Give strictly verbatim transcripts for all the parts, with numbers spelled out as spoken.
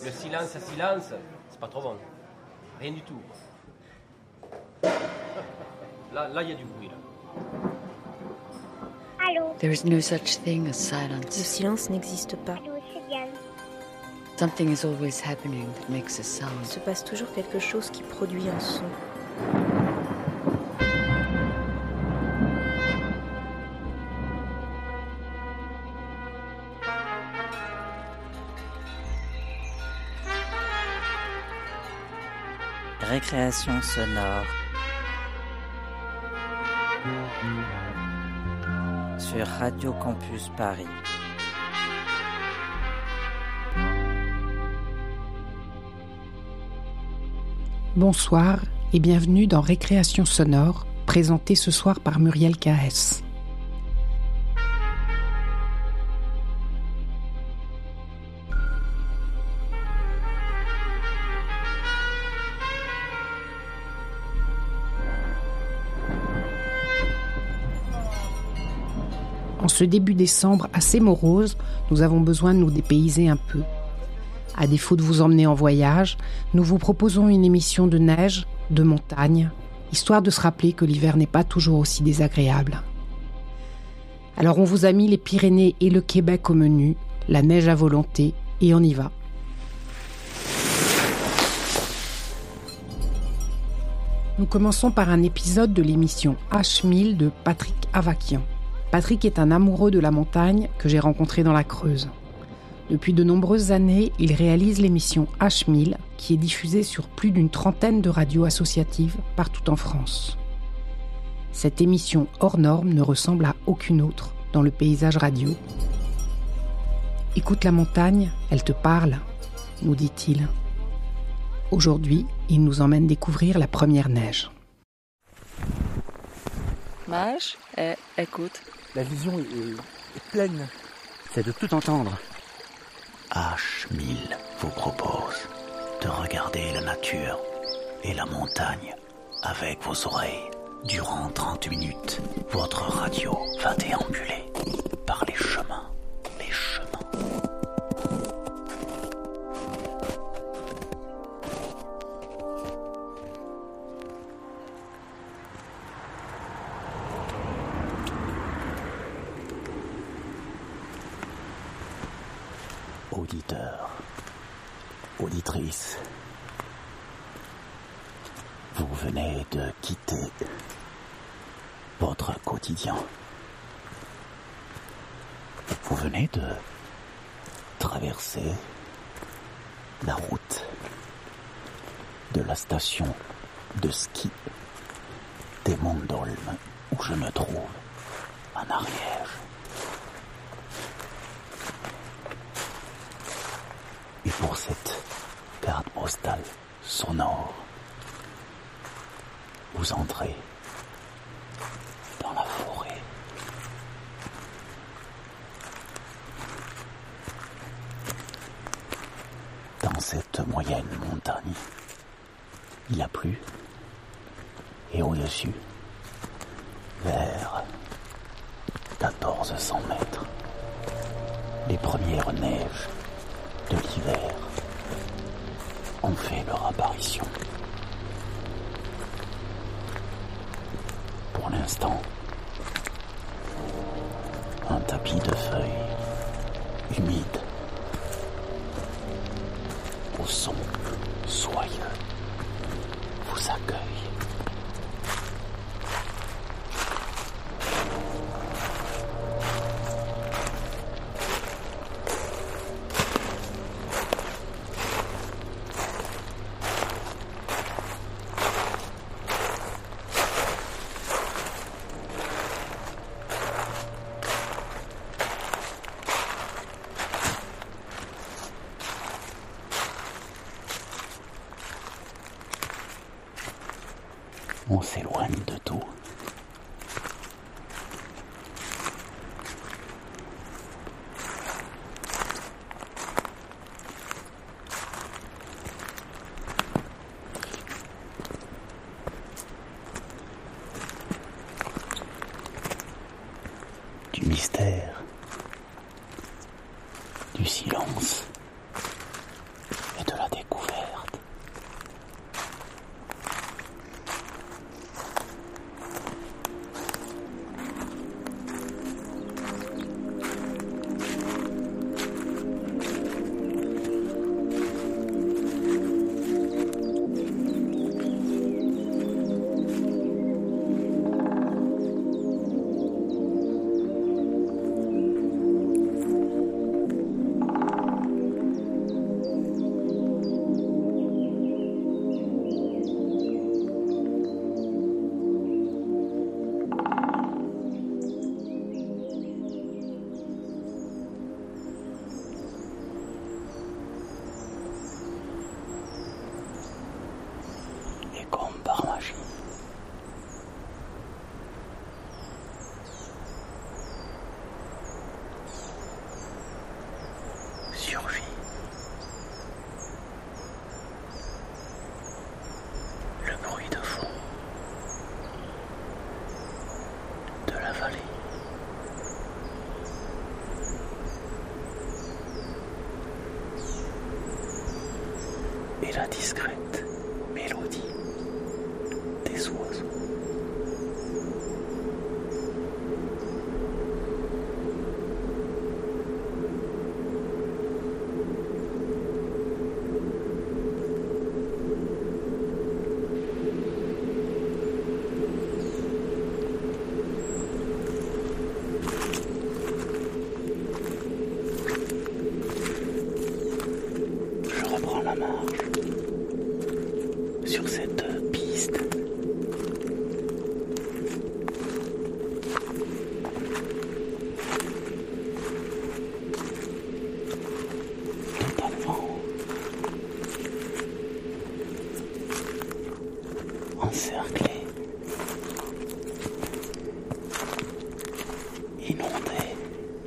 Le silence, silence, c'est pas trop bon. Rien du tout. Là, là, il y a du bruit, là. Allô? There is no such thing as Le silence. silence n'existe pas. Allô, c'est Diane. Something is always happening that makes a Il sound. se passe toujours quelque chose qui produit un son. Récréation sonore sur Radio Campus Paris. Bonsoir et bienvenue dans Récréation sonore, présentée ce soir par Muriel K S. En ce début décembre assez morose, nous avons besoin de nous dépayser un peu. À défaut de vous emmener en voyage, nous vous proposons une émission de neige, de montagne, histoire de se rappeler que l'hiver n'est pas toujours aussi désagréable. Alors on vous a mis les Pyrénées et le Québec au menu, la neige à volonté, et on y va. Nous commençons par un épisode de l'émission H mille de Patrick Avakian. Patrick est un amoureux de la montagne que j'ai rencontré dans la Creuse. Depuis de nombreuses années, il réalise l'émission H mille, qui est diffusée sur plus d'une trentaine de radios associatives partout en France. Cette émission hors norme ne ressemble à aucune autre dans le paysage radio. Écoute la montagne, elle te parle, nous dit-il. Aujourd'hui, il nous emmène découvrir la première neige. Mage, eh, écoute. La vision est, est, est pleine. C'est de tout entendre. H mille vous propose de regarder la nature et la montagne avec vos oreilles. Durant trente minutes, votre radio va déambuler par les chemins, les chemins. Auditeurs, auditrices, vous venez de quitter votre quotidien. Vous venez de traverser la route de la station de ski des Monts d'Olme où je me trouve en Ariège. Et pour cette carte postale sonore, vous entrez dans la forêt. Dans cette moyenne montagne, il a plu, et au-dessus, vers quatorze cents mètres, les premières neiges de l'hiver ont fait leur apparition. Pour l'instant, un tapis de feuilles humides au son soyeux vous accueille. On s'éloigne de tout. Du mystère, du silence et et la discrète mélodie des oiseaux. La marche sur cette piste. Totalement encerclée, inondée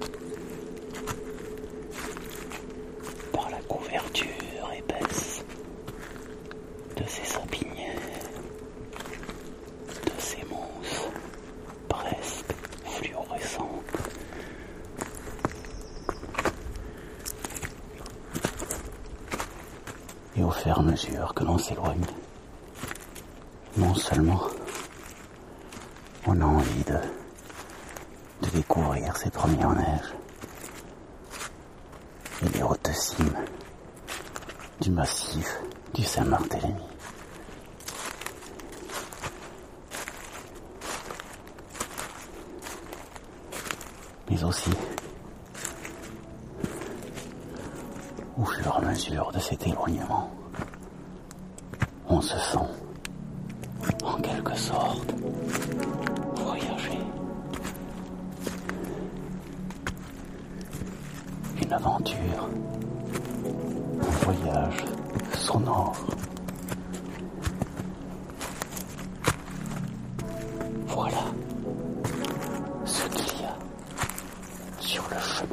par la couverture épaisse de ces sapinières, de ces mousses presque fluorescentes. Et au fur et à mesure que l'on s'éloigne, non seulement on a envie de, de découvrir ces premières neiges et les hautes cimes du massif du Saint-Barthélemy. Mais aussi, au fur et à mesure de cet éloignement, on se sent, en quelque sorte, voyager. Une aventure, un voyage sonore. Voilà ce qu'il y a sur le chemin.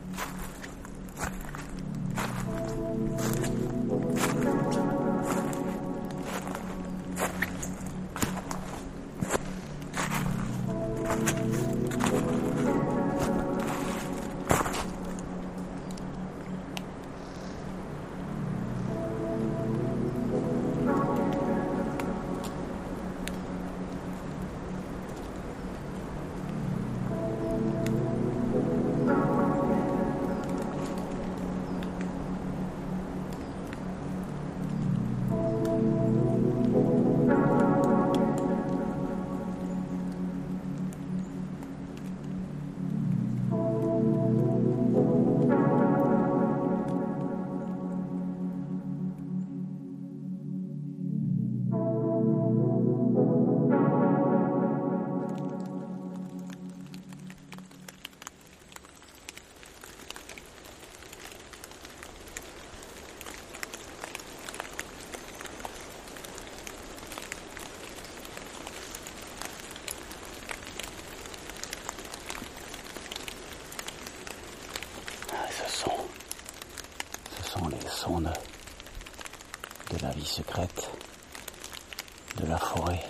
Les sons de, de la vie secrète, de la forêt.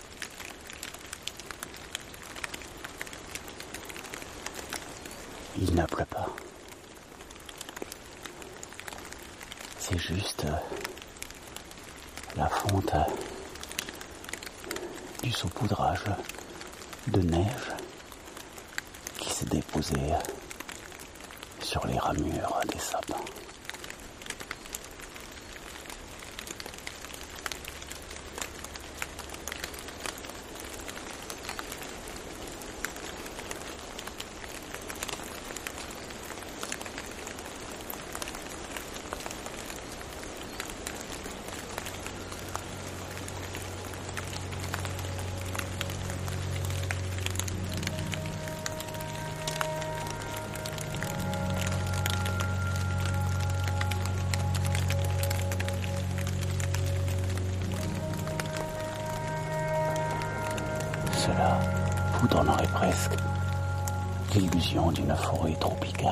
Il ne pleut pas. C'est juste la fonte du saupoudrage de neige qui s'est déposé sur les ramures des sapins. Cela vous donnerait presque l'illusion d'une forêt tropicale.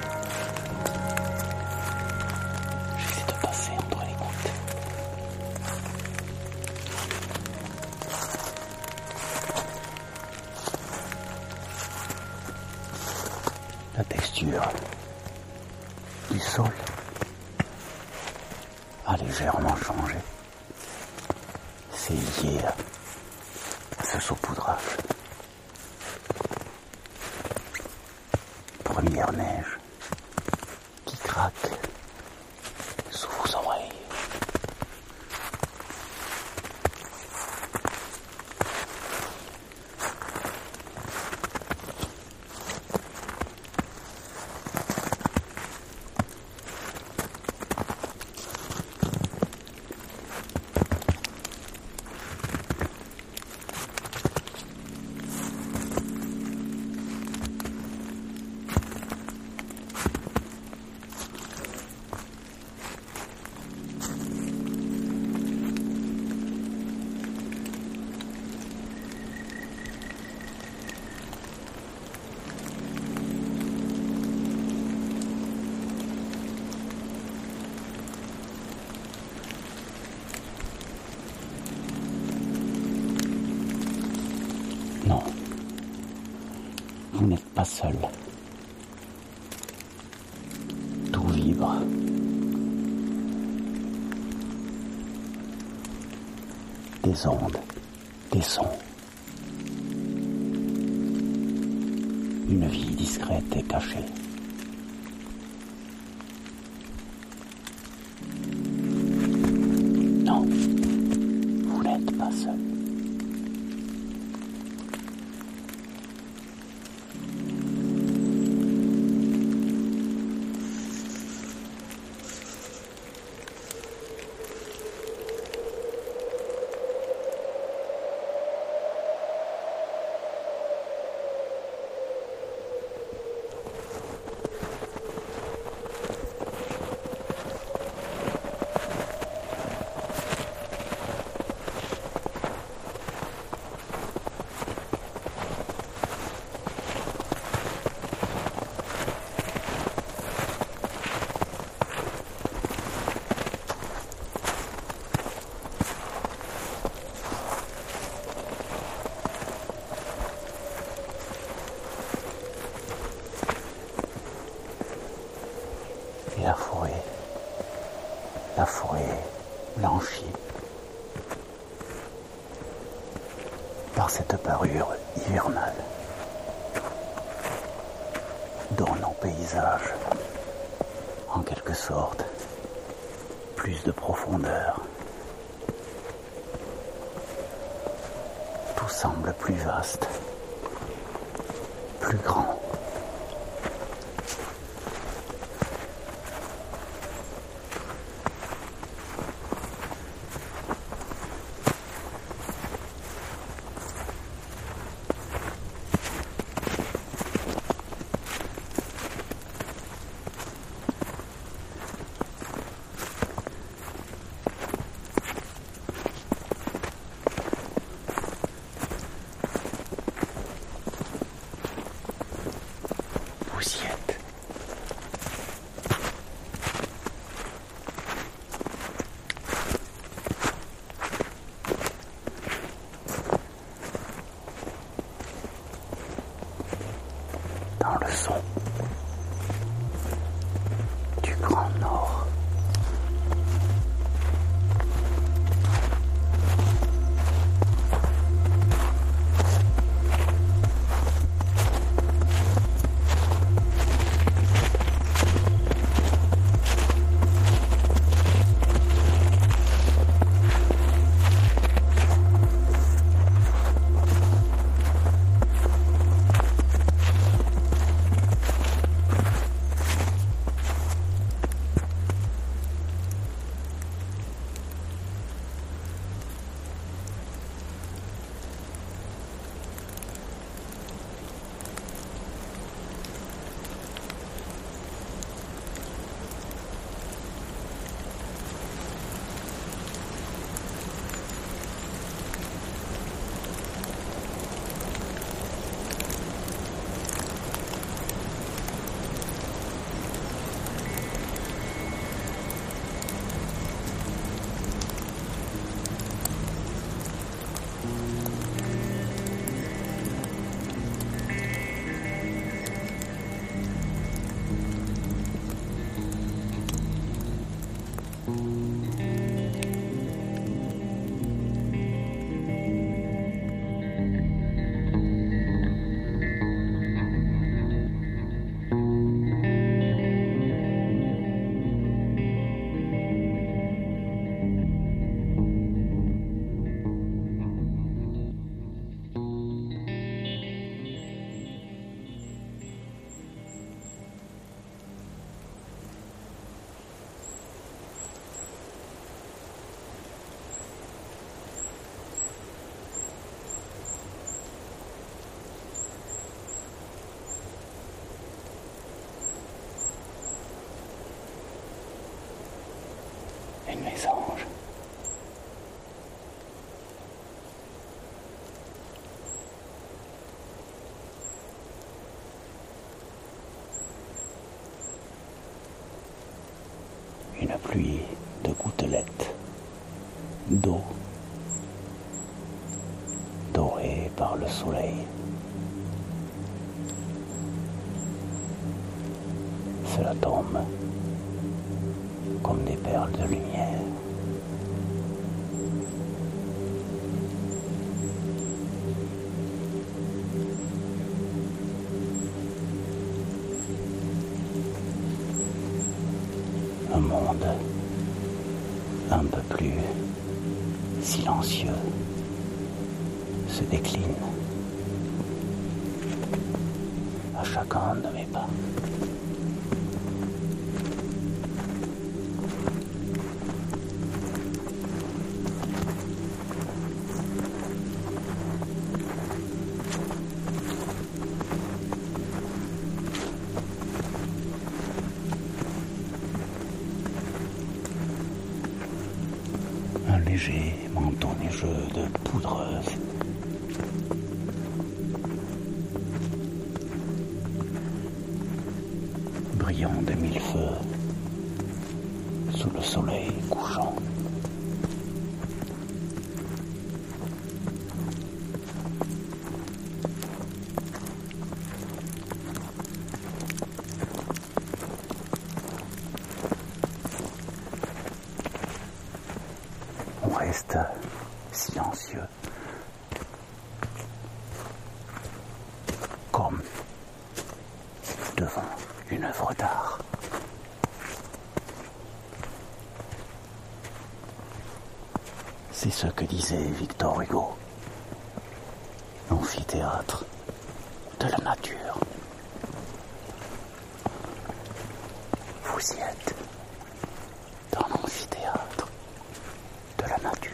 J'essaie de passer entre les gouttes. sol a légèrement changé. C'est lié à ce saupoudrage. Première neige qui craque sous vos oreilles. Non, vous n'êtes pas seul. Tout vibre. Des ondes, des sons. Une vie discrète et cachée. Non, vous n'êtes pas seul. Et la forêt, la forêt blanchie par cette parure hivernale donne au paysage, en quelque sorte, plus de profondeur. Tout semble plus vaste, plus grand. mes anges. Une pluie de gouttelettes d'eau dorée par le soleil. Cela tombe comme des perles de lumière. Un monde un peu plus silencieux se décline à chacun de mes pas. Un léger manteau neigeux de poudreuse brillant de mille feux sous le soleil couchant. On reste silencieux, comme devant une œuvre d'art. C'est ce que disait Victor Hugo. Amphithéâtre de la nature. Vous y êtes, dans l'amphithéâtre de la nature.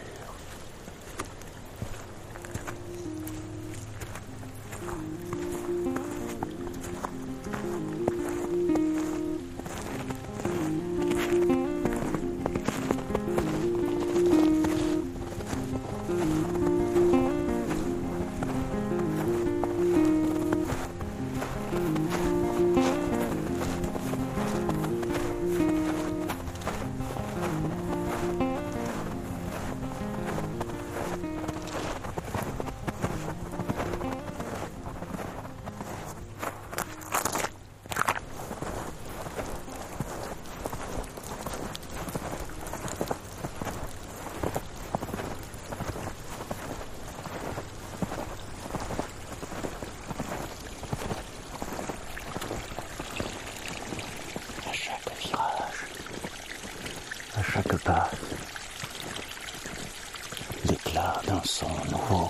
À chaque pas, l'éclat d'un son nouveau.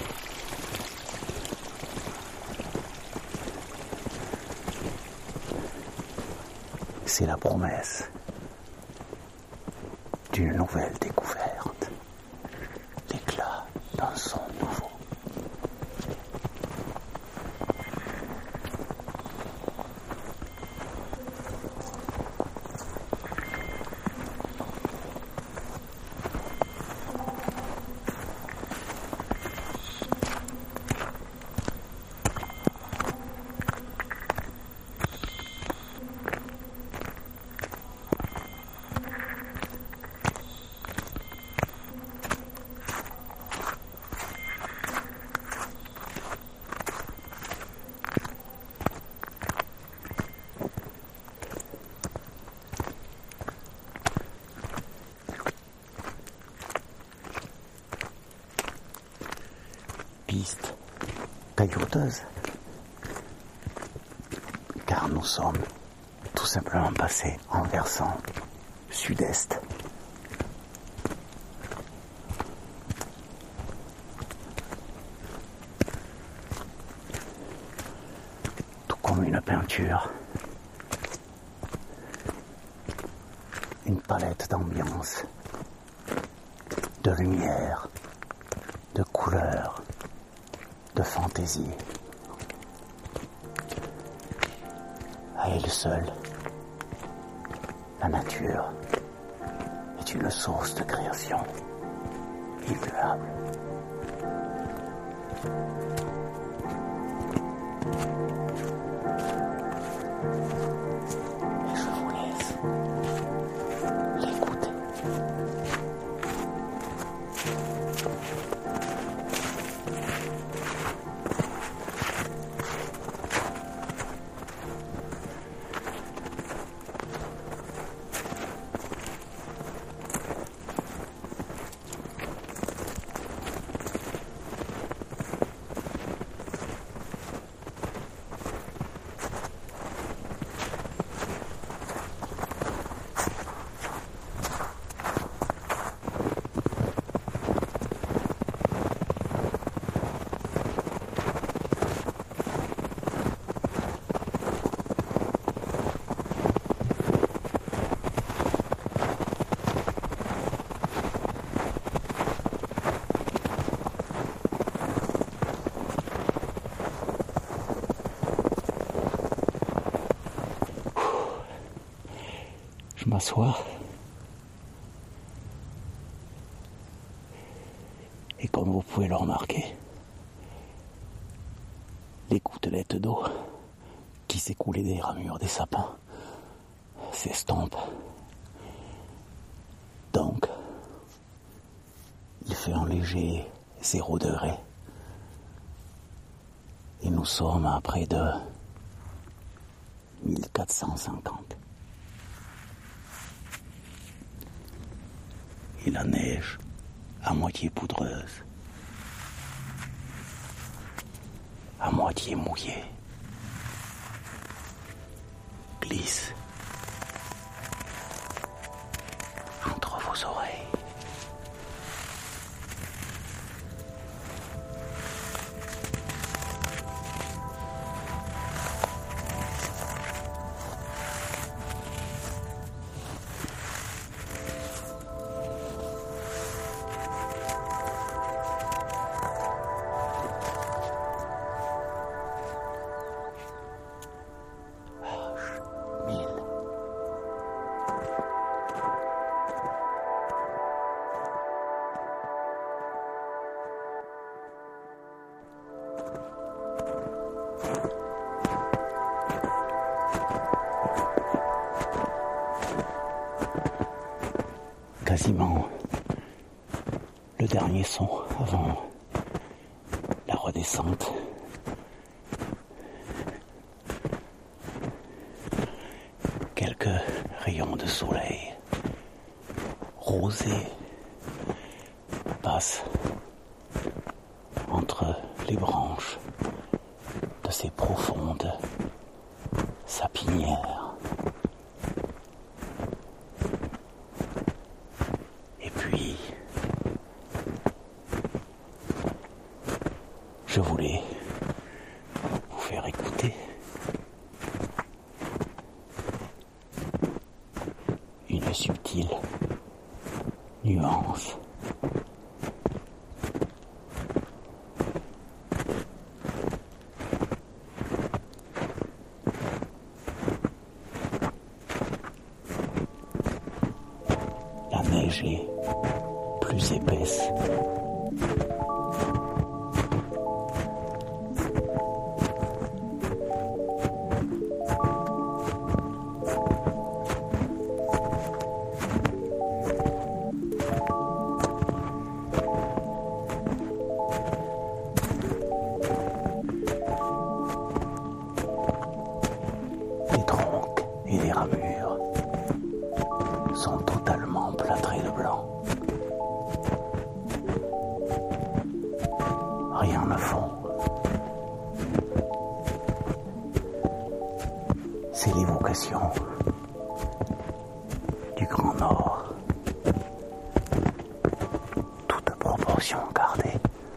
C'est la promesse d'une nouvelle découverte, l'éclat d'un son nouveau. Piste caillouteuse, car nous sommes tout simplement passés en versant sud-est. Tout comme une peinture, une palette d'ambiance, de lumière, de couleurs, de fantaisie. À elle seule, la nature est est une source de création immuable. Et je vous laisse l'écouter. Je m'assois et comme vous pouvez le remarquer, les gouttelettes d'eau qui s'écoulaient des ramures des sapins s'estompent. Donc, il fait un léger zéro degré et nous sommes à près de mille quatre cent cinquante. Et la neige, à moitié poudreuse, à moitié mouillée, glisse entre vos oreilles. Quasiment le dernier son avant la redescente. Quelques rayons de soleil rosés passent entre les branches de ces profondes sapinières. Je voulais vous faire écouter une subtile nuance. La neige est plus épaisse. Les troncs et les ramures sont totalement plâtrés de blanc. Rien ne fond. C'est l'évocation du Grand Nord. Toute proportion gardée.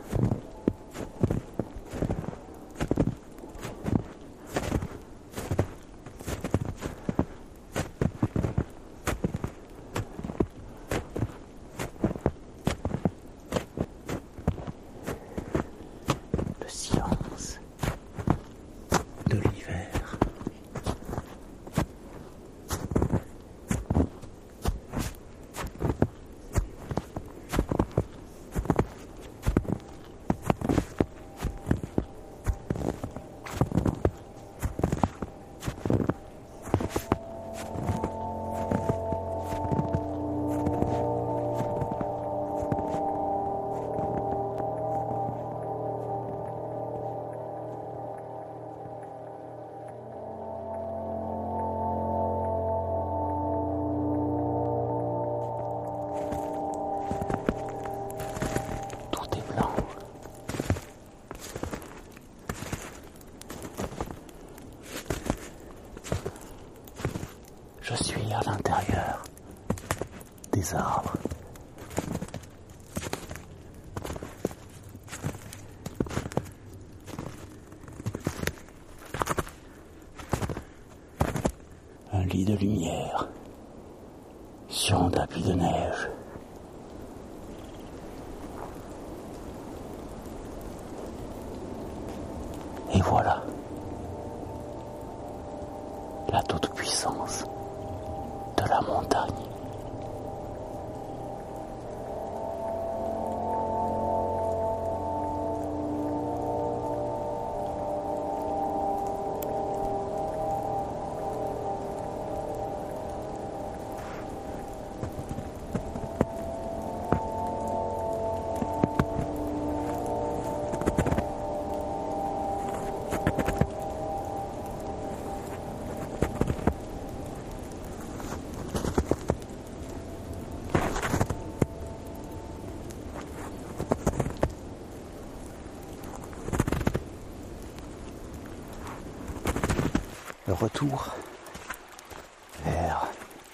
Le silence de l'hiver. rempli de lumière sur un tapis de neige. Et voilà, la toute-puissance de la montagne. Le retour vers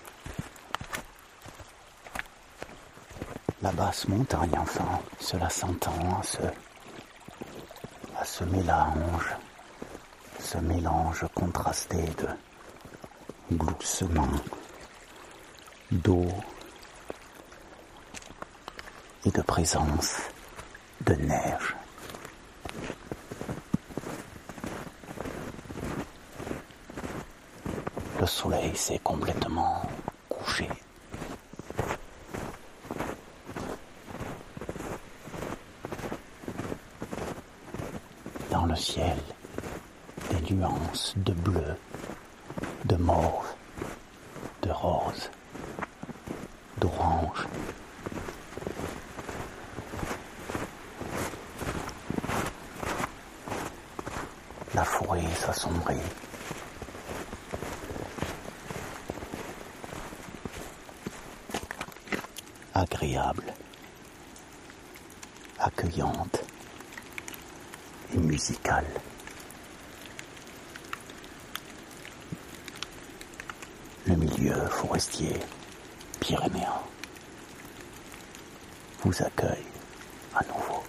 la basse montagne, enfin, cela s'entend à ce, à ce mélange, ce mélange contrasté de gloussement, d'eau et de présence de neige. Le soleil s'est complètement couché. Dans le ciel, des nuances de bleu, de mauve, de rose, d'orange. La forêt s'assombrit. Agréable, accueillante et musicale. Le milieu forestier pyrénéen vous accueille à nouveau.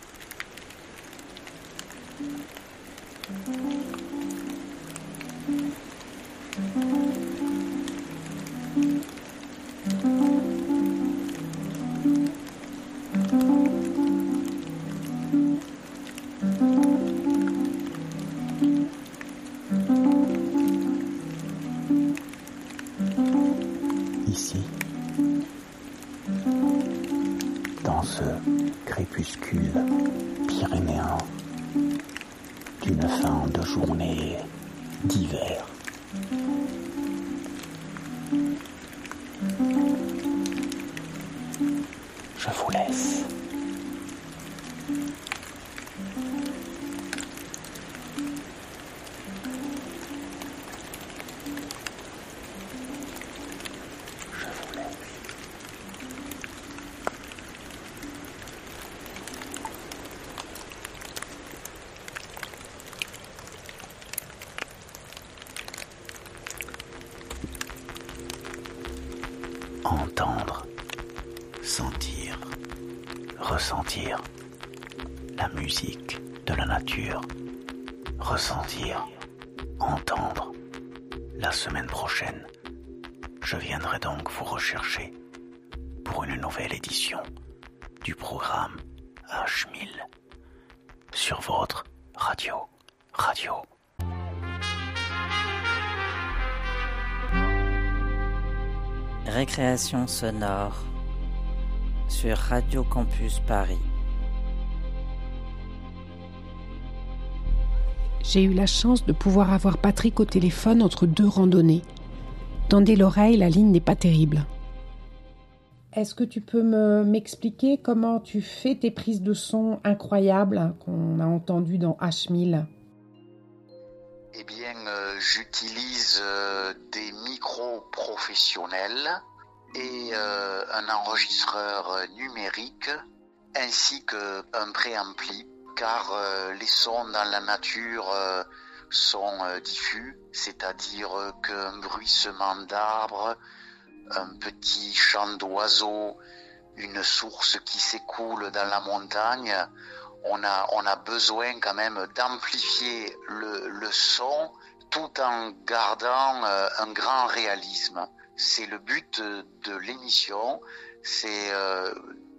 Ici, dans ce crépuscule pyrénéen d'une fin de journée d'hiver, je vous laisse. Entendre, sentir, ressentir la musique de la nature, ressentir, entendre. La semaine prochaine, je viendrai donc vous rechercher pour une nouvelle édition du programme H mille sur votre radio, radio. Récréation sonore sur Radio Campus Paris. J'ai eu la chance de pouvoir avoir Patrick au téléphone entre deux randonnées. Tendez l'oreille, la ligne n'est pas terrible. Est-ce que tu peux me, m'expliquer comment tu fais tes prises de son incroyables qu'on a entendues dans H mille ? Eh bien, euh, j'utilise euh, des micros professionnels et euh, un enregistreur numérique ainsi qu'un préampli, car euh, les sons dans la nature euh, sont euh, diffus, c'est-à-dire euh, qu'un bruissement d'arbres, un petit chant d'oiseau, une source qui s'écoule dans la montagne, on a, on a besoin quand même d'amplifier le, le son tout en gardant euh, un grand réalisme. C'est le but de l'émission, c'est euh,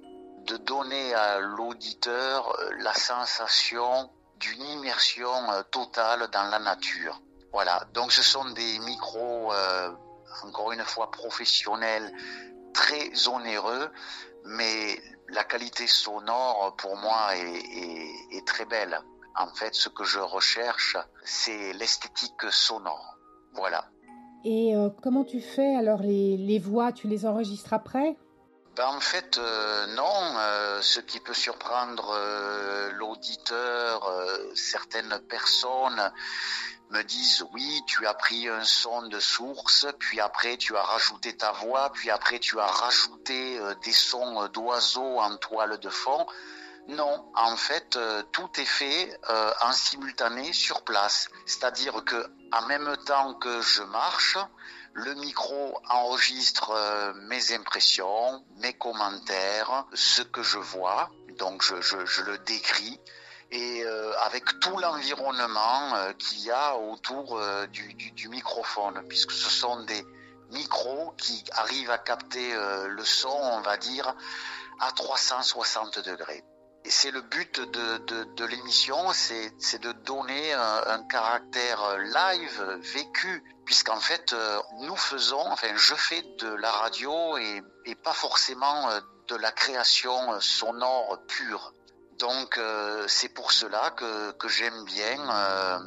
de donner à l'auditeur la sensation d'une immersion euh, totale dans la nature. Voilà, donc ce sont des micros, euh, encore une fois professionnels, très onéreux, mais la qualité sonore pour moi est, est, est très belle. En fait, ce que je recherche, c'est l'esthétique sonore. Voilà. Et euh, comment tu fais alors les, les voix, tu les enregistres après ? Ben en fait, euh, non. Euh, ce qui peut surprendre euh, l'auditeur, euh, certaines personnes me disent oui, tu as pris un son de source, puis après tu as rajouté ta voix, puis après tu as rajouté euh, des sons d'oiseaux en toile de fond. Non, en fait, euh, tout est fait euh, en simultané sur place. C'est-à-dire que en même temps que je marche, le micro enregistre euh, mes impressions, mes commentaires, ce que je vois. Donc je, je, je le décris. Et euh, avec tout l'environnement euh, qu'il y a autour euh, du, du, du microphone, puisque ce sont des micros qui arrivent à capter euh, le son, on va dire, à trois cent soixante degrés. Et c'est le but de, de, de l'émission, c'est, c'est de donner un, un caractère live, vécu, puisqu'en fait, euh, nous faisons, enfin je fais de la radio et, et pas forcément euh, de la création sonore pure. Donc euh, c'est pour cela que, que j'aime bien euh,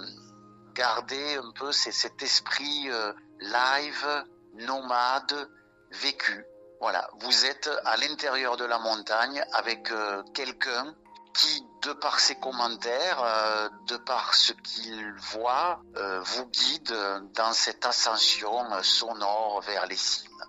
garder un peu c- cet esprit euh, live, nomade, vécu. Voilà, vous êtes à l'intérieur de la montagne avec euh, quelqu'un qui, de par ses commentaires, euh, de par ce qu'il voit, euh, vous guide dans cette ascension sonore vers les cimes.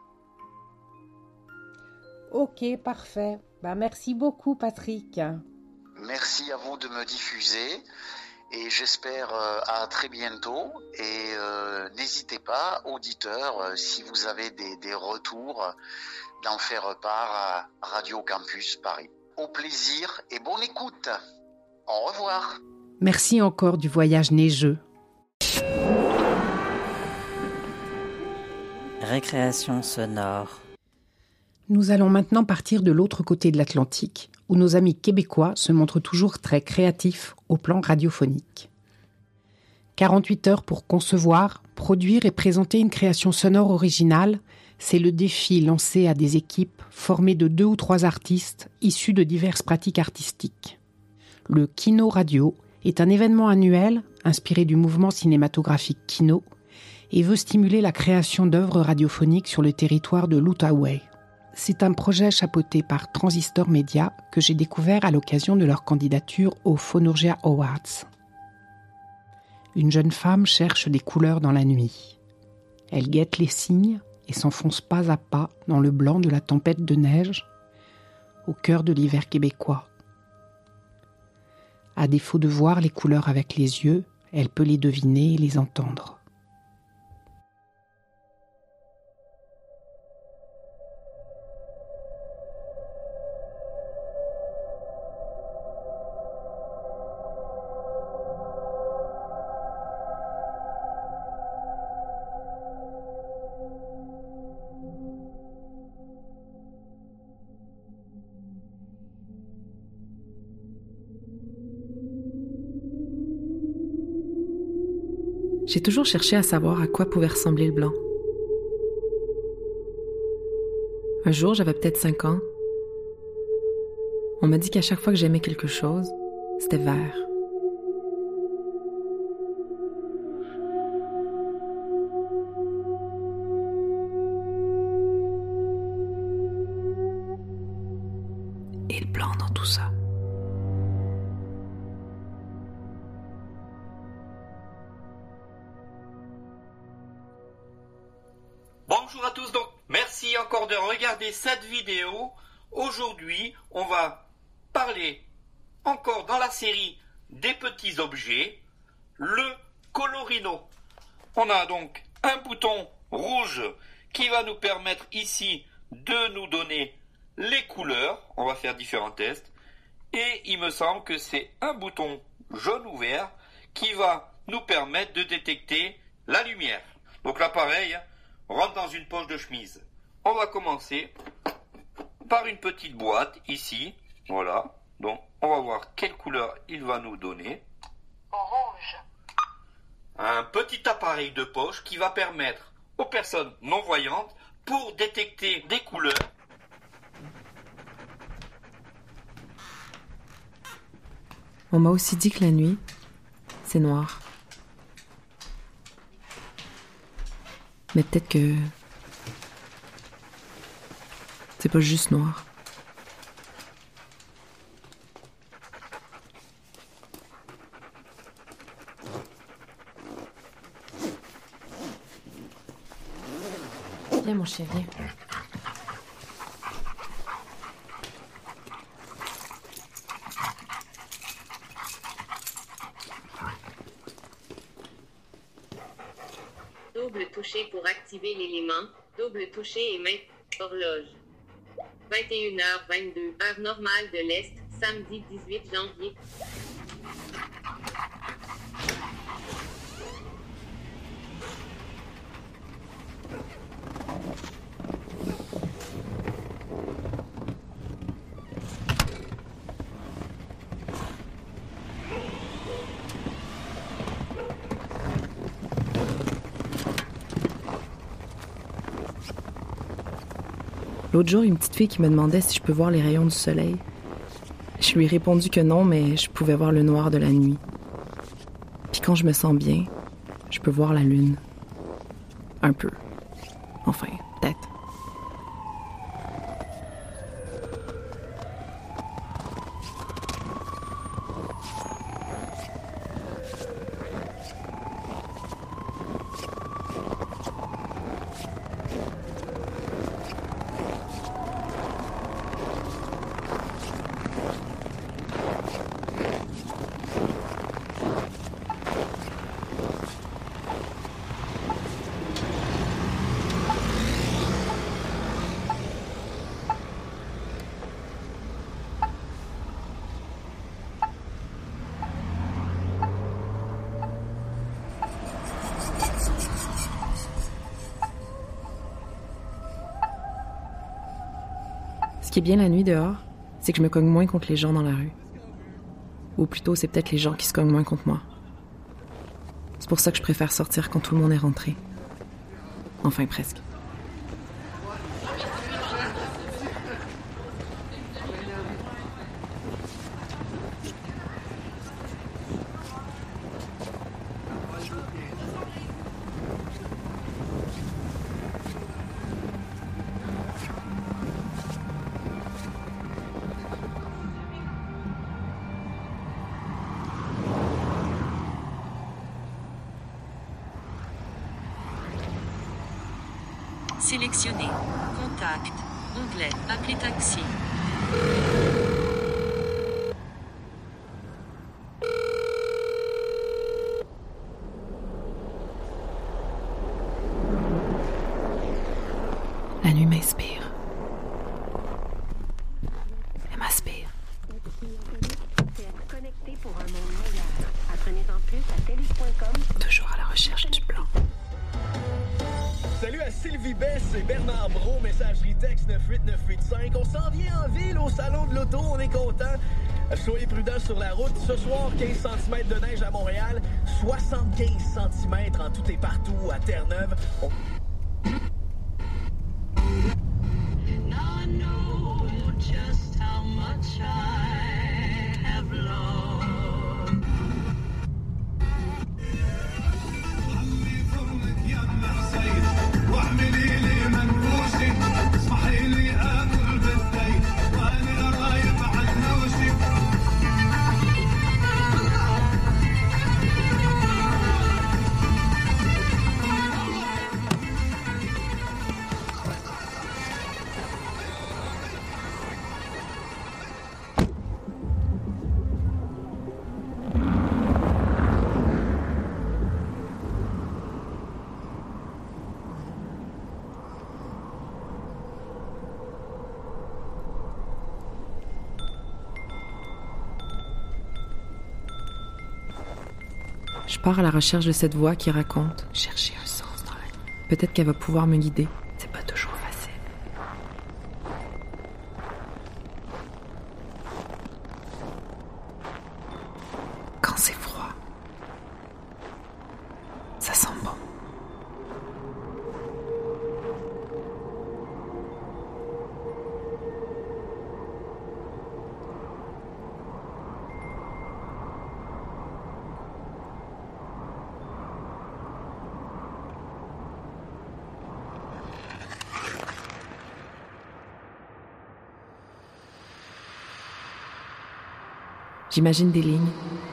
Ok, parfait. Bah, merci beaucoup, Patrick. Merci à vous de me diffuser et j'espère euh, à très bientôt. Et euh, n'hésitez pas, auditeurs, euh, si vous avez des, des retours, d'en faire part à Radio Campus Paris. Au plaisir et bonne écoute. Au revoir. Merci encore du voyage neigeux. Récréation sonore. Nous allons maintenant partir de l'autre côté de l'Atlantique, où nos amis québécois se montrent toujours très créatifs au plan radiophonique. quarante-huit heures pour concevoir, produire et présenter une création sonore originale, c'est le défi lancé à des équipes formées de deux ou trois artistes issus de diverses pratiques artistiques. Le Kino Radio est un événement annuel inspiré du mouvement cinématographique Kino et veut stimuler la création d'œuvres radiophoniques sur le territoire de l'Outaouais. C'est un projet chapeauté par Transistor Media que j'ai découvert à l'occasion de leur candidature aux Phonorgia Awards. Une jeune femme cherche des couleurs dans la nuit. Elle guette les signes et s'enfonce pas à pas dans le blanc de la tempête de neige, au cœur de l'hiver québécois. À défaut de voir les couleurs avec les yeux, elle peut les deviner et les entendre. J'ai toujours cherché à savoir à quoi pouvait ressembler le blanc. Un jour, j'avais peut-être cinq ans. On m'a dit qu'à chaque fois que j'aimais quelque chose, c'était vert. Et le blanc dans tout ça. Bonjour à tous, donc merci encore de regarder cette vidéo. Aujourd'hui, on va parler encore dans la série des petits objets, le colorino. On a donc un bouton rouge qui va nous permettre ici de nous donner les couleurs. On va faire différents tests. Et il me semble que c'est un bouton jaune ou vert qui va nous permettre de détecter la lumière. Donc l'appareil rentre dans une poche de chemise. On va commencer par une petite boîte ici. Voilà. Donc on va voir quelle couleur il va nous donner. Rouge. Un petit appareil de poche qui va permettre aux personnes non-voyantes pour détecter des couleurs. On m'a aussi dit que la nuit, c'est noir. Mais peut-être que c'est pas juste noir. Viens mon chien, viens. Double toucher pour activer l'élément. Double toucher et mettre horloge. vingt et une heures vingt-deux, heure normale de l'Est, samedi dix-huit janvier. L'autre jour, une petite fille qui me demandait si je peux voir les rayons du soleil. Je lui ai répondu que non, mais je pouvais voir le noir de la nuit. Puis quand je me sens bien, je peux voir la lune. Un peu. Enfin, peut-être. Ce qui est bien la nuit dehors, c'est que je me cogne moins contre les gens dans la rue. Ou plutôt, c'est peut-être les gens qui se cognent moins contre moi. C'est pour ça que je préfère sortir quand tout le monde est rentré. Enfin, presque. Sélectionnez. Contact. Onglet. Appeler taxi. La nuit m'inspire. Elle m'aspire. Toujours à la recherche du blanc. Salut à Sylvie Bess et Bernard Brault, messagerie texte neuf huit neuf huit cinq. On s'en vient en ville au salon de l'auto, on est content. Soyez prudents sur la route. Ce soir, quinze centimètres de neige à Montréal, soixante-quinze centimètres en tout et partout à Terre-Neuve. On... Je pars à la recherche de cette voix qui raconte « Chercher un sens dans la nuit ». Peut-être qu'elle va pouvoir me guider. C'est pas toujours facile. Quand c'est froid, ça sent bon. J'imagine des lignes.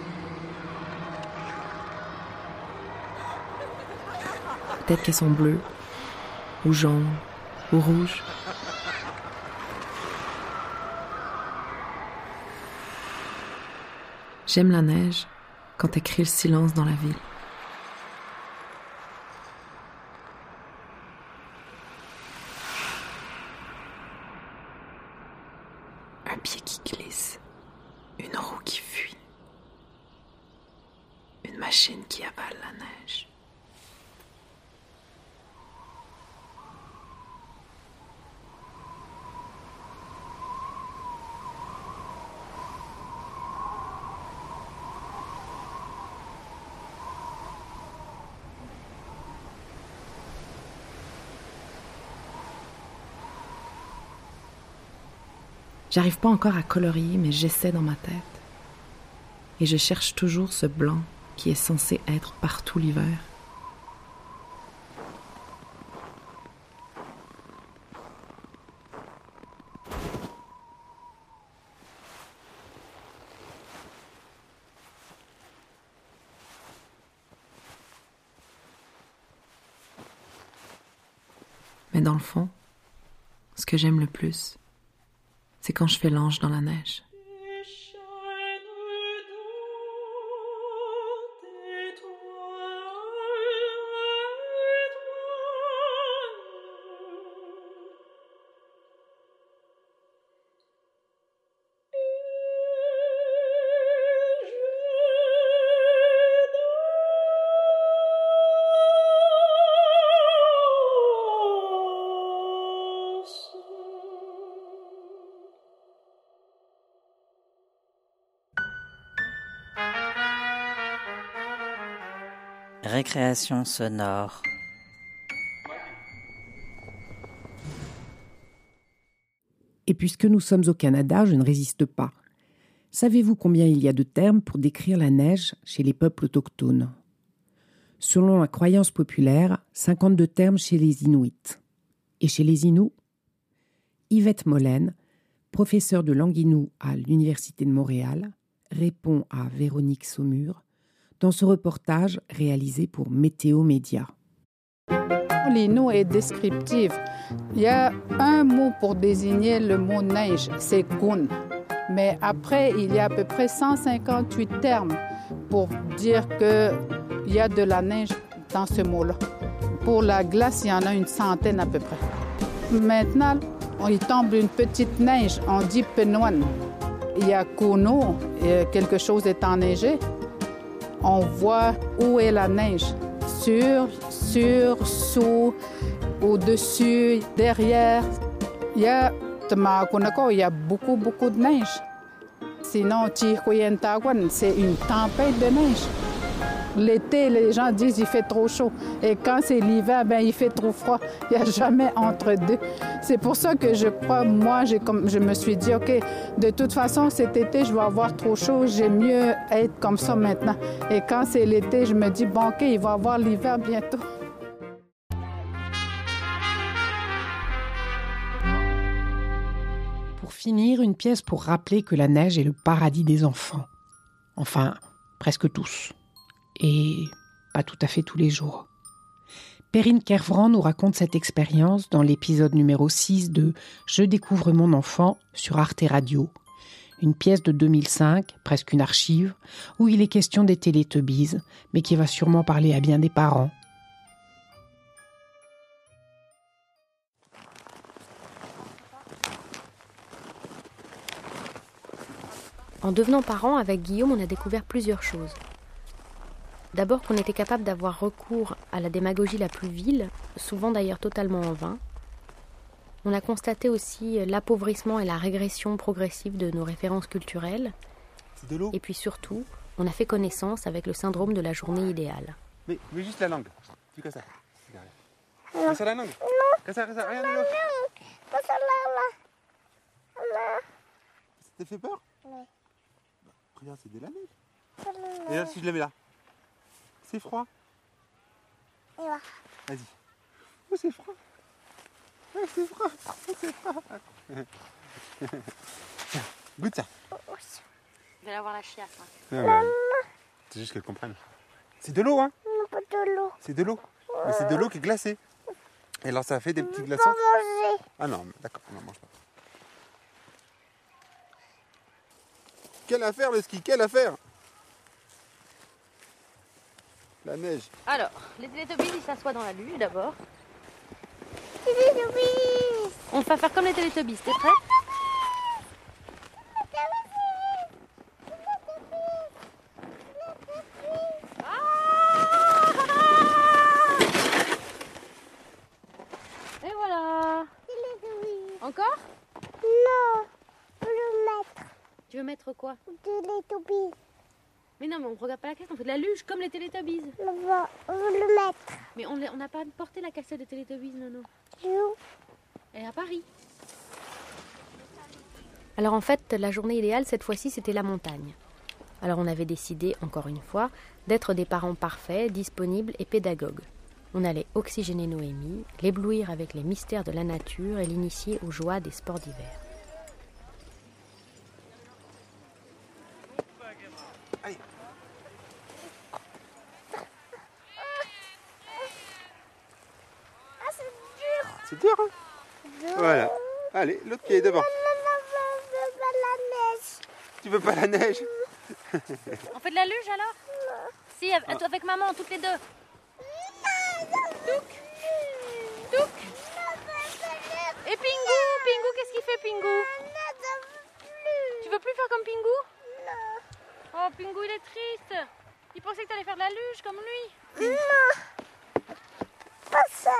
Peut-être qu'elles sont bleues, ou jaunes, ou rouges. J'aime la neige quand elle crée le silence dans la ville. Un pied qui glisse. Une roue qui fuit. Une machine qui avale la neige. J'arrive pas encore à colorier, mais j'essaie dans ma tête. Et je cherche toujours ce blanc qui est censé être partout l'hiver. Mais dans le fond, ce que j'aime le plus, c'est quand je fais l'ange dans la neige. Récréation sonore. Et puisque nous sommes au Canada, je ne résiste pas. Savez-vous combien il y a de termes pour décrire la neige chez les peuples autochtones ? Selon la croyance populaire, cinquante-deux termes chez les Inuits. Et chez les Inuits ? Yvette Mollen, professeure de langue Innu à l'Université de Montréal, répond à Véronique Saumur dans ce reportage réalisé pour Météo Média. L'innu est descriptif. Il y a un mot pour désigner le mot neige, c'est gun. Mais après, il y a à peu près cent cinquante-huit termes pour dire qu'il y a de la neige dans ce mot-là. Pour la glace, il y en a une centaine à peu près. Maintenant, il tombe une petite neige, on dit penoine. Il y a kuno, quelque chose est enneigé. On voit où est la neige. Sur, sur, sous, au-dessus, derrière. Il y a, il y a beaucoup, beaucoup de neige. Sinon, c'est une tempête de neige. L'été, les gens disent qu'il fait trop chaud. Et quand c'est l'hiver, ben, il fait trop froid. Il n'y a jamais entre deux. C'est pour ça que je crois, moi, j'ai comme, je me suis dit, OK, de toute façon, cet été, je vais avoir trop chaud. J'aime mieux être comme ça maintenant. Et quand c'est l'été, je me dis, bon, OK, il va avoir l'hiver bientôt. Pour finir, une pièce pour rappeler que la neige est le paradis des enfants. Enfin, presque tous. Et pas tout à fait tous les jours. Perrine Kervran nous raconte cette expérience dans l'épisode numéro six de « Je découvre mon enfant » sur Arte Radio, une pièce de deux mille cinq, presque une archive, où il est question des Télétubbies, mais qui va sûrement parler à bien des parents. En devenant parents, avec Guillaume, on a découvert plusieurs choses. D'abord qu'on était capable d'avoir recours à la démagogie la plus vile, souvent d'ailleurs totalement en vain. On a constaté aussi l'appauvrissement et la régression progressive de nos références culturelles. C'est de l'eau. Et puis surtout, on a fait connaissance avec le syndrome de la journée idéale. Mais, mais juste la langue. Tu fais ça. Fais ça la langue. Fais ça, fais ça. Regarde l'eau. Ça te fait peur? Oui. Regarde, c'est de la neige. Et là, si je le mets là, c'est froid. Vas-y. Oh, c'est froid. Oh, c'est froid. Oh, c'est froid. Tiens, goûte ça. Je vais avoir la chiasse. Hein. Non, mais c'est juste qu'elle comprenne. C'est de l'eau, hein? Non, pas de l'eau. C'est de l'eau. Mais c'est de l'eau qui est glacée. Et alors, ça fait des petits glaçons. Pas manger. Ah non, d'accord, on n'en mange pas. Quelle affaire le ski, quelle affaire! La neige. Alors, les Télétobies, ils s'assoient dans la luge d'abord. Télétobies! On va faire comme les Télétobies, t'es prête? Et voilà! Encore? Non, je veux le mettre. Tu veux mettre quoi? Télétobies. Mais non, mais on regarde pas la cassette, on fait de la luge comme les Télétobies. Je veux le mettre. Mais on n'a pas porté la cassette de Télétobies, non, non. Où? Et à Paris. Alors en fait, la journée idéale, cette fois-ci, c'était la montagne. Alors on avait décidé, encore une fois, d'être des parents parfaits, disponibles et pédagogues. On allait oxygéner Noémie, l'éblouir avec les mystères de la nature et l'initier aux joies des sports d'hiver. Allez. Ah, c'est dur. C'est dur, hein? Dur. Voilà. Allez, l'autre qui est devant. Non, non, non, je veux pas la neige. Tu veux pas la neige? On fait de la luge alors? Non. Si, avec, Ah. avec maman, toutes les deux. Touk. Touk. Et Pingu, Pingu, qu'est-ce qu'il fait Pingu? Tu veux plus faire comme Pingu? Non. Oh, Pingu, il est triste. Il pensait que tu allais faire de la luge comme lui. Non. Pas ça.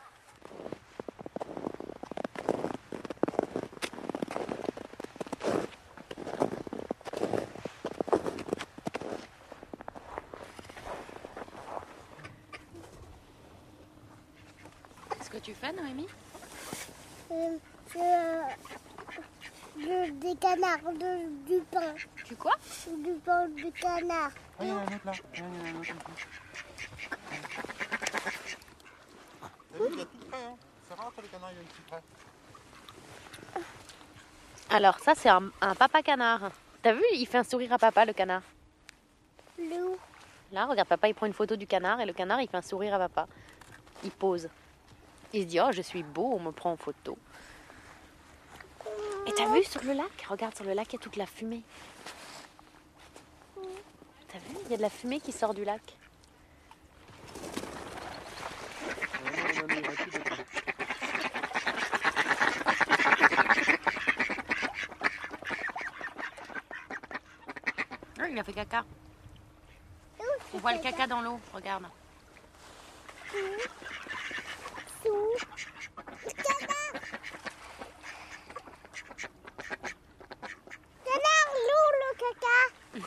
Qu'est-ce que tu fais, Noémie? Euh, je, je, des canards, de, du pain. Tu quoi? Du pain de canard. Ah, il y en a un autre là. Il y en a un autre ici. T'as vu, il y a tout près, hein. C'est rare que les canards viennent si près. Alors ça, c'est un, un papa canard. T'as vu, il fait un sourire à papa, le canard. Où? Là, regarde, papa, il prend une photo du canard et le canard, il fait un sourire à papa. Il pose. Il se dit, oh, je suis beau, on me prend en photo. Et t'as vu sur le lac? Regarde, sur le lac, il y a toute la fumée. T'as vu? Il y a de la fumée qui sort du lac. Ah, il a fait caca. On voit le caca dans l'eau, regarde. Canard, l'eau, le caca.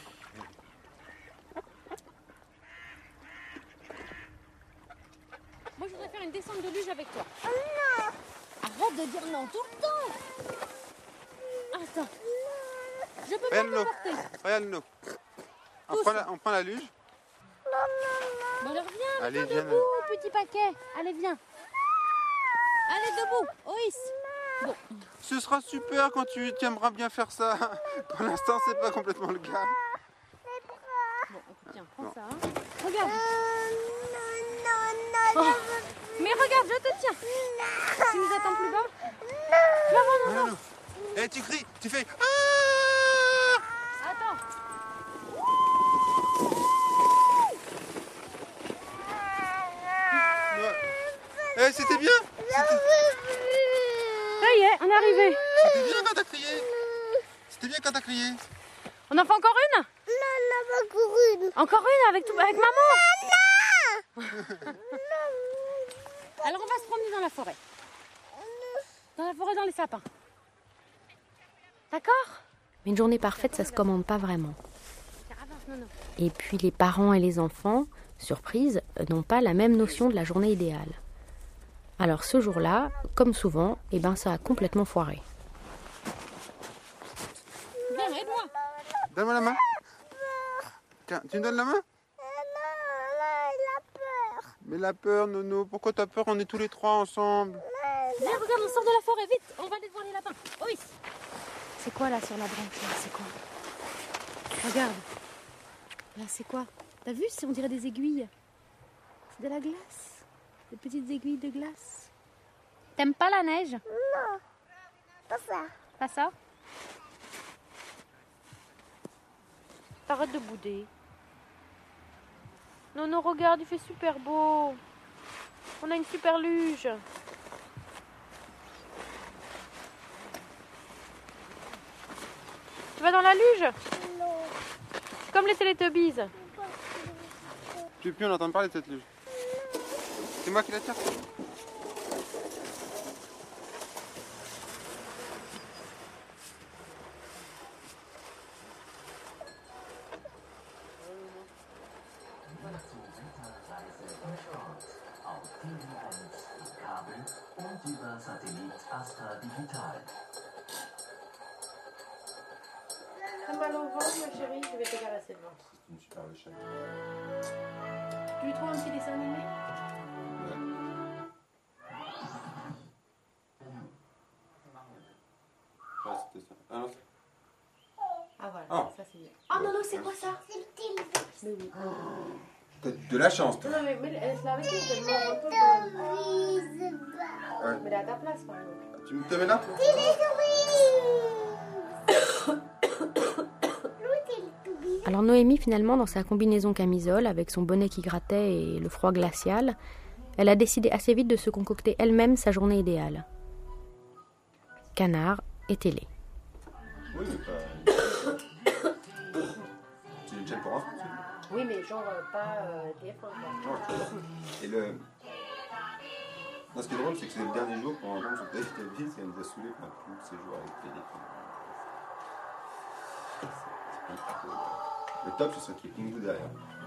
Moi, je voudrais faire une descente de luge avec toi. Oh non. Arrête de dire non tout le temps. Attends. Je peux pas Regarde l'eau. t'emporter. Regarde l'eau. On prend la, on prend la luge. Non, non, non. Bon, alors viens, Allez, viens viens, debout, petit paquet. Allez, viens. Allez, debout. Oïs. Bon. Ce sera super quand tu tu aimeras bien faire ça. Pour l'instant, c'est pas complètement le cas. Bon, tiens, prends ça. Hein. Regarde. Non, non, non, Oh. Mais regarde, je te tiens. Tu nous attends plus bas? Non, non, non, non. Et tu cries, tu fais ah. Attends. Eh, c'était bien. Ça y est, on est arrivé. C'était bien quand t'as crié. C'était bien quand t'as crié. On en fait encore une? Encore une avec, tout, avec maman. Alors on va se promener dans la forêt. Dans la forêt, dans les sapins. D'accord? Mais une journée parfaite, ça se commande pas vraiment. Et puis les parents et les enfants, surprise, n'ont pas la même notion de la journée idéale. Alors ce jour-là, comme souvent, eh ben, ça a complètement foiré. Viens, aide-moi. Donne-moi la main. Tiens, tu me donnes la main? Mais la peur, Nono, pourquoi t'as peur? On est tous les trois ensemble. Viens, regarde, on sort de la forêt, vite. On va aller voir les lapins. Oh oui. C'est quoi là sur la branche là? C'est quoi? Regarde. Là, c'est quoi? T'as vu? On dirait des aiguilles. C'est de la glace. Des petites aiguilles de glace. T'aimes pas la neige? Non. Pas ça. Pas ça? T'arrêtes de bouder. Non, non, regarde, il fait super beau. On a une super luge. Tu vas dans la luge? Non. Comme les Teletubbies. Tu veux plus en entendre parler de cette luge? C'est moi qui la tire. T'as mal au ventre, ma chérie? Je vais te caresser le ventre. C'est une super chaîne. Tu lui trouves un petit dessin animé? Ouais, c'était ça. Ah non, c'est... Ah voilà, Ah. ça c'est bien. Oh non, non, c'est quoi ça? C'est le petit. Mais oui. T'as de la chance, toi. Non, mais, mais laisse-la avec nous, elle me un peu comme... Ouais. Mais là à ta place, par exemple. Tu me te mets là? Alors Noémie, finalement, dans sa combinaison camisole, avec son bonnet qui grattait et le froid glacial, elle a décidé assez vite de se concocter elle-même sa journée idéale. Canard et télé. Oui, mais pas... C'est une chaîne pour enfants, tu Oui, mais genre euh, pas euh, T F un, quoi. Et le... Non, ce qui est drôle, c'est que c'est le dernier jour pour un moment sur Teletubbies, elle nous a saoulés pendant tous ces jours avec télé. Le top, ce serait qu'il y ait Pingu derrière.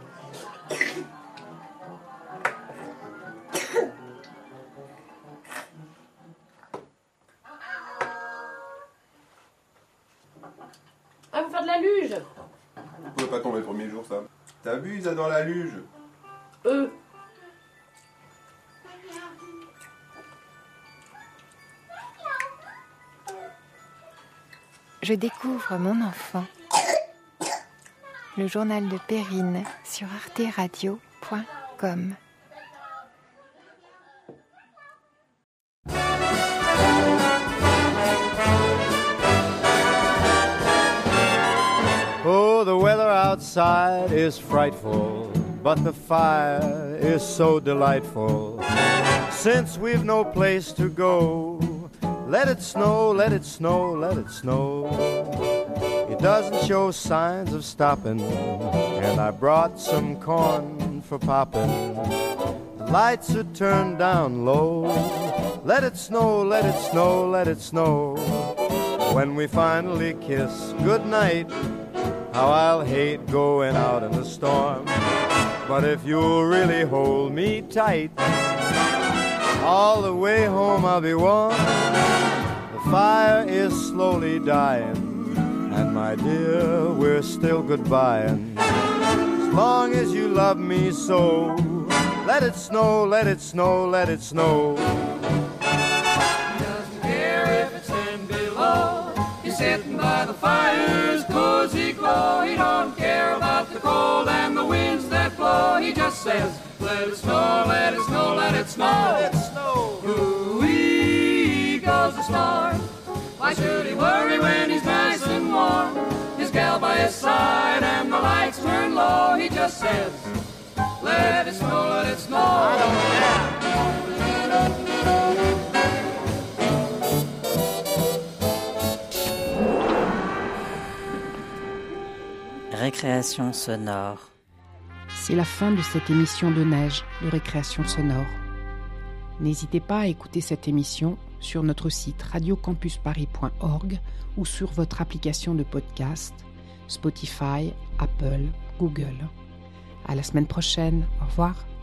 Ah, vous faire de la luge? Vous pouvez pas tomber le premier jour, ça. T'as vu, ils adorent la luge. Eux. Je découvre mon enfant. Le journal de Perrine sur arte radio point com. Oh, the weather outside is frightful, but the fire is so delightful. Since we've no place to go, let it snow, let it snow, let it snow. It doesn't show signs of stopping, and I brought some corn for popping. The lights are turned down low. Let it snow, let it snow, let it snow. When we finally kiss goodnight, how I'll hate going out in the storm. But if you'll really hold me tight, all the way home I'll be warm. The fire is slowly dying, and my dear, we're still goodbying. As long as you love me so, let it snow, let it snow, let it snow. He doesn't care if it's ten below. He's sitting by the fire's cozy glow. He don't care about the cold and the winds that blow. He just says, let it snow, let it snow, let it snow. Let it snow. Ooh-wee goes the storm. Why should he worry when he's nice and warm? His gal by his side and the lights turn low. He just says, let it snow, let it snow. I don't care. Récréation sonore. C'est la fin de cette émission de neige de récréation sonore. N'hésitez pas à écouter cette émission sur notre site radio campus paris point org ou sur votre application de podcast, Spotify, Apple, Google. À la semaine prochaine. Au revoir.